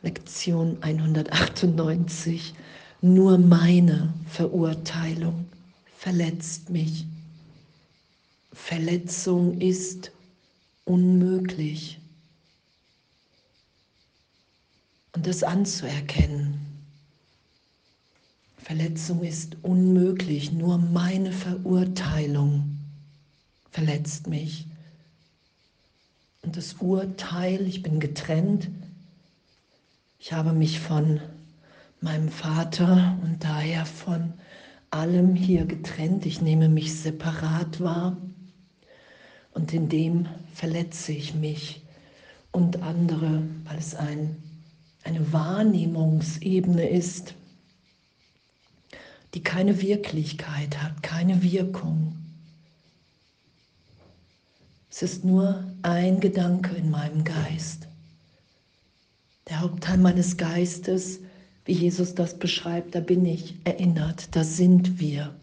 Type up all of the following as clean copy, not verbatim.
Lektion 198. Nur meine Verurteilung verletzt mich. Verletzung ist unmöglich. Und das anzuerkennen. Verletzung ist unmöglich. Nur meine Verurteilung verletzt mich. Und das Urteil, ich bin getrennt. Ich habe mich von meinem Vater und daher von allem hier getrennt. Ich nehme mich separat wahr und in dem verletze ich mich und andere, weil es eine Wahrnehmungsebene ist, die keine Wirklichkeit hat, keine Wirkung. Es ist nur ein Gedanke in meinem Geist. Der Hauptteil meines Geistes, wie Jesus das beschreibt, da bin ich erinnert, da sind wir.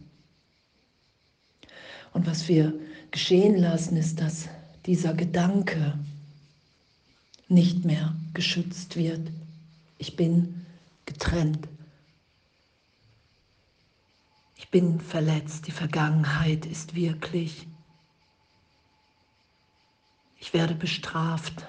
Und was wir geschehen lassen, ist, dass dieser Gedanke nicht mehr geschützt wird. Ich bin getrennt. Ich bin verletzt. Die Vergangenheit ist wirklich. Ich werde bestraft.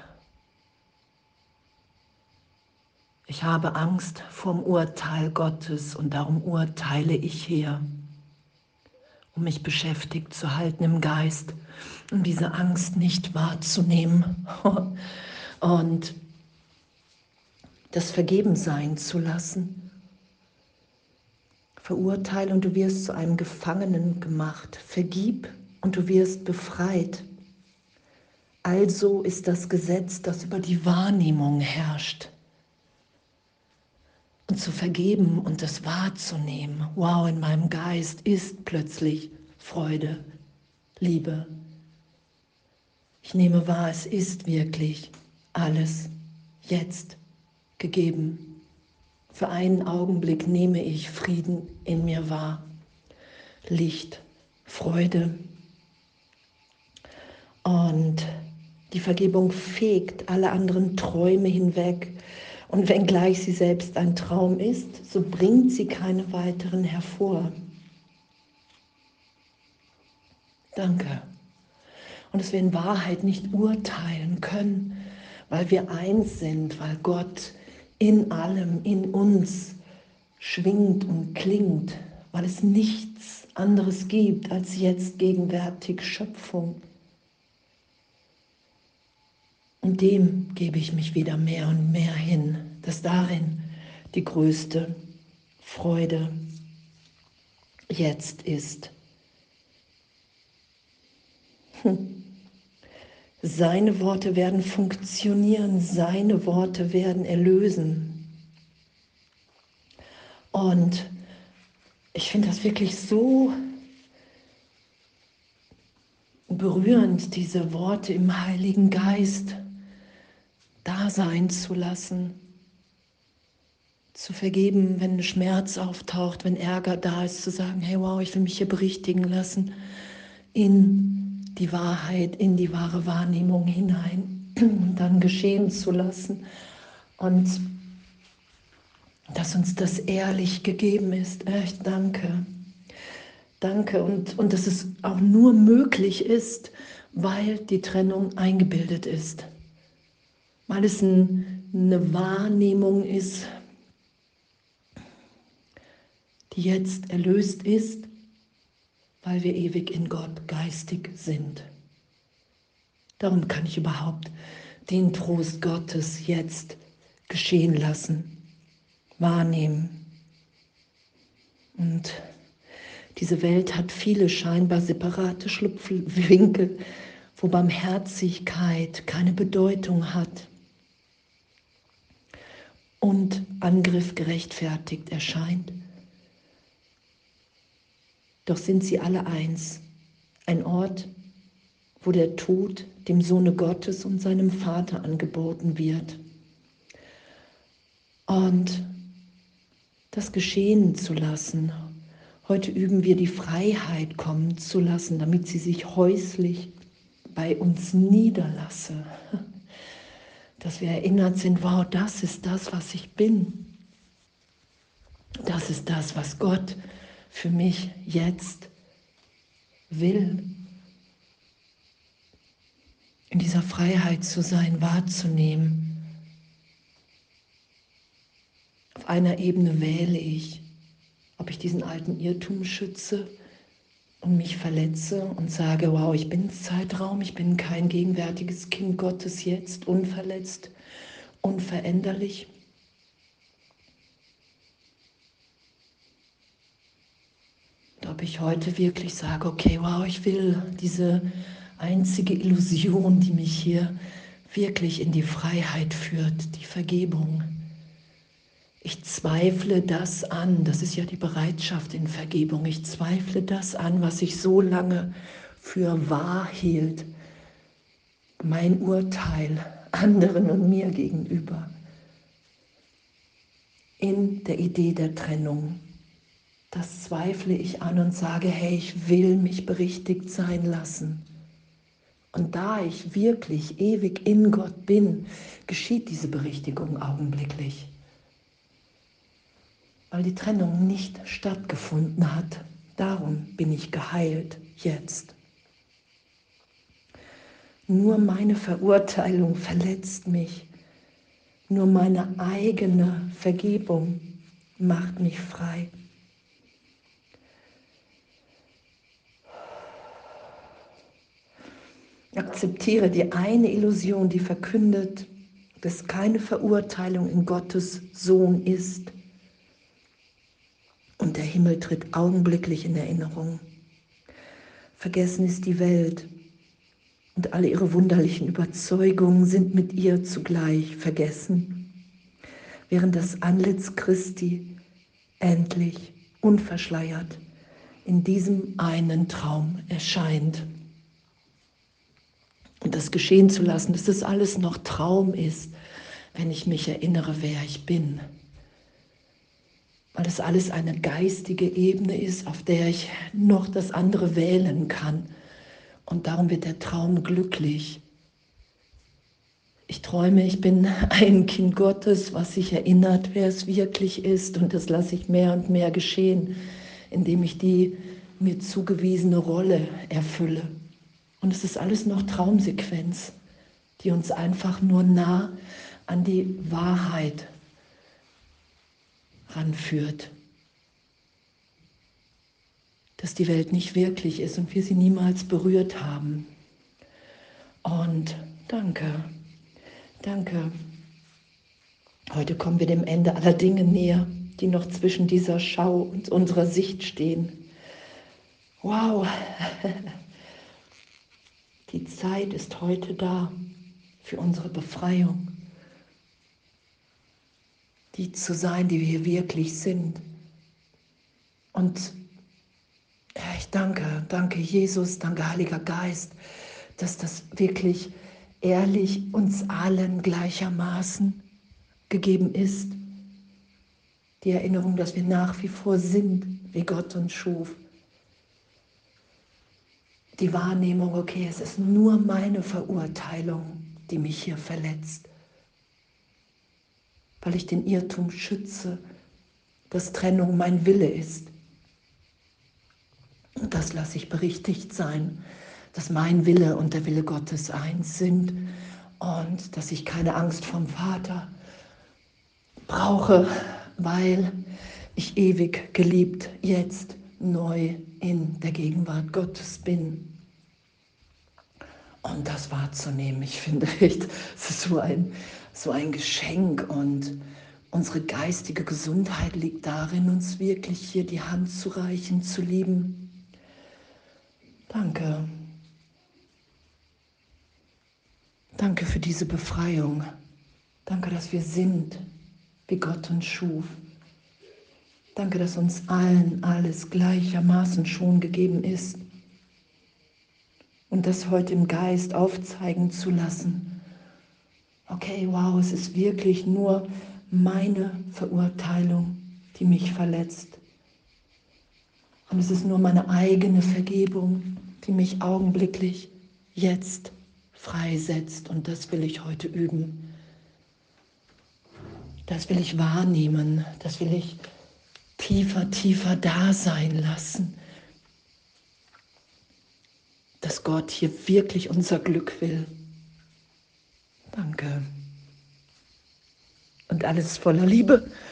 Ich habe Angst vorm Urteil Gottes und darum urteile ich hier, um mich beschäftigt zu halten im Geist, um diese Angst nicht wahrzunehmen und das vergeben sein zu lassen. Verurteile und du wirst zu einem Gefangenen gemacht. Vergib und du wirst befreit. Also ist das Gesetz, das über die Wahrnehmung herrscht. Und zu vergeben und das wahrzunehmen, wow, in meinem Geist ist plötzlich Freude, Liebe. Ich nehme wahr, es ist wirklich alles jetzt gegeben. Für einen Augenblick nehme ich Frieden in mir wahr, Licht, Freude. Und die Vergebung fegt alle anderen Träume hinweg. Und wenngleich sie selbst ein Traum ist, so bringt sie keine weiteren hervor. Danke. Und dass wir in Wahrheit nicht urteilen können, weil wir eins sind, weil Gott in allem, in uns schwingt und klingt, weil es nichts anderes gibt als jetzt gegenwärtig Schöpfung. Und dem gebe ich mich wieder mehr und mehr hin, dass darin die größte Freude jetzt ist. Seine Worte werden funktionieren, seine Worte werden erlösen. Und ich finde das wirklich so berührend, diese Worte im Heiligen Geist da sein zu lassen, zu vergeben, wenn Schmerz auftaucht, wenn Ärger da ist, zu sagen, hey wow, ich will mich hier berichtigen lassen in die Wahrheit, in die wahre Wahrnehmung hinein und dann geschehen zu lassen und dass uns das ehrlich gegeben ist. Echt danke. Danke und dass es auch nur möglich ist, weil die Trennung eingebildet ist. Weil es eine Wahrnehmung ist, die jetzt erlöst ist, weil wir ewig in Gott geistig sind. Darum kann ich überhaupt den Trost Gottes jetzt geschehen lassen, wahrnehmen. Und diese Welt hat viele scheinbar separate Schlupfwinkel, wo Barmherzigkeit keine Bedeutung hat und Angriff gerechtfertigt erscheint. Doch sind sie alle eins, ein Ort, wo der Tod dem Sohne Gottes und seinem Vater angeboten wird. Und das geschehen zu lassen. Heute üben wir die Freiheit kommen zu lassen, damit sie sich häuslich bei uns niederlasse. dass wir erinnert sind, wow, das ist das, was ich bin. Das ist das, was Gott für mich jetzt will. In dieser Freiheit zu sein, wahrzunehmen. Auf einer Ebene wähle ich, ob ich diesen alten Irrtum schütze und mich verletze und sage, wow, ich bin Zeitraum, ich bin kein gegenwärtiges Kind Gottes jetzt, unverletzt, unveränderlich. Und ob ich heute wirklich sage, okay, wow, ich will diese einzige Illusion, die mich hier wirklich in die Freiheit führt, die Vergebung. Ich zweifle das an, das ist ja die Bereitschaft in Vergebung, ich zweifle das an, was ich so lange für wahr hielt, mein Urteil anderen und mir gegenüber, in der Idee der Trennung. Das zweifle ich an und sage, hey, ich will mich berichtigt sein lassen. Und da ich wirklich ewig in Gott bin, geschieht diese Berichtigung augenblicklich. Weil die Trennung nicht stattgefunden hat. Darum bin ich geheilt jetzt. Nur meine Verurteilung verletzt mich. Nur meine eigene Vergebung macht mich frei. Akzeptiere die eine Illusion, die verkündet, dass keine Verurteilung in Gottes Sohn ist. Und der Himmel tritt augenblicklich in Erinnerung. Vergessen ist die Welt und alle ihre wunderlichen Überzeugungen sind mit ihr zugleich vergessen, während das Antlitz Christi endlich unverschleiert in diesem einen Traum erscheint. Und das geschehen zu lassen, dass das alles noch Traum ist, wenn ich mich erinnere, wer ich bin. Weil das alles eine geistige Ebene ist, auf der ich noch das andere wählen kann. Und darum wird der Traum glücklich. Ich träume, ich bin ein Kind Gottes, was sich erinnert, wer es wirklich ist. Und das lasse ich mehr und mehr geschehen, indem ich die mir zugewiesene Rolle erfülle. Und es ist alles noch Traumsequenz, die uns einfach nur nah an die Wahrheit ranführt. Dass die Welt nicht wirklich ist und wir sie niemals berührt haben. Und danke, danke. Heute kommen wir dem Ende aller Dinge näher, die noch zwischen dieser Schau und unserer Sicht stehen. Wow, die Zeit ist heute da für unsere Befreiung. Die zu sein, die wir wirklich sind. Und ja, ich danke Jesus, danke Heiliger Geist, dass das wirklich ehrlich uns allen gleichermaßen gegeben ist. Die Erinnerung, dass wir nach wie vor sind, wie Gott uns schuf. Die Wahrnehmung, okay, es ist nur meine Verurteilung, die mich hier verletzt. Weil ich den Irrtum schütze, dass Trennung mein Wille ist. Und das lasse ich berichtigt sein, dass mein Wille und der Wille Gottes eins sind und dass ich keine Angst vom Vater brauche, weil ich ewig geliebt jetzt neu in der Gegenwart Gottes bin. Und das wahrzunehmen, ich finde echt, es ist so ein Geschenk und unsere geistige Gesundheit liegt darin, uns wirklich hier die Hand zu reichen, zu lieben. Danke. Danke für diese Befreiung. Danke, dass wir sind, wie Gott uns schuf. Danke, dass uns allen alles gleichermaßen schon gegeben ist. Und das heute im Geist aufzeigen zu lassen. Okay, wow, es ist wirklich nur meine Verurteilung, die mich verletzt. Und es ist nur meine eigene Vergebung, die mich augenblicklich jetzt freisetzt. Und das will ich heute üben. Das will ich wahrnehmen, das will ich tiefer, tiefer da sein lassen, dass Gott hier wirklich unser Glück will. Danke. Und alles voller Liebe.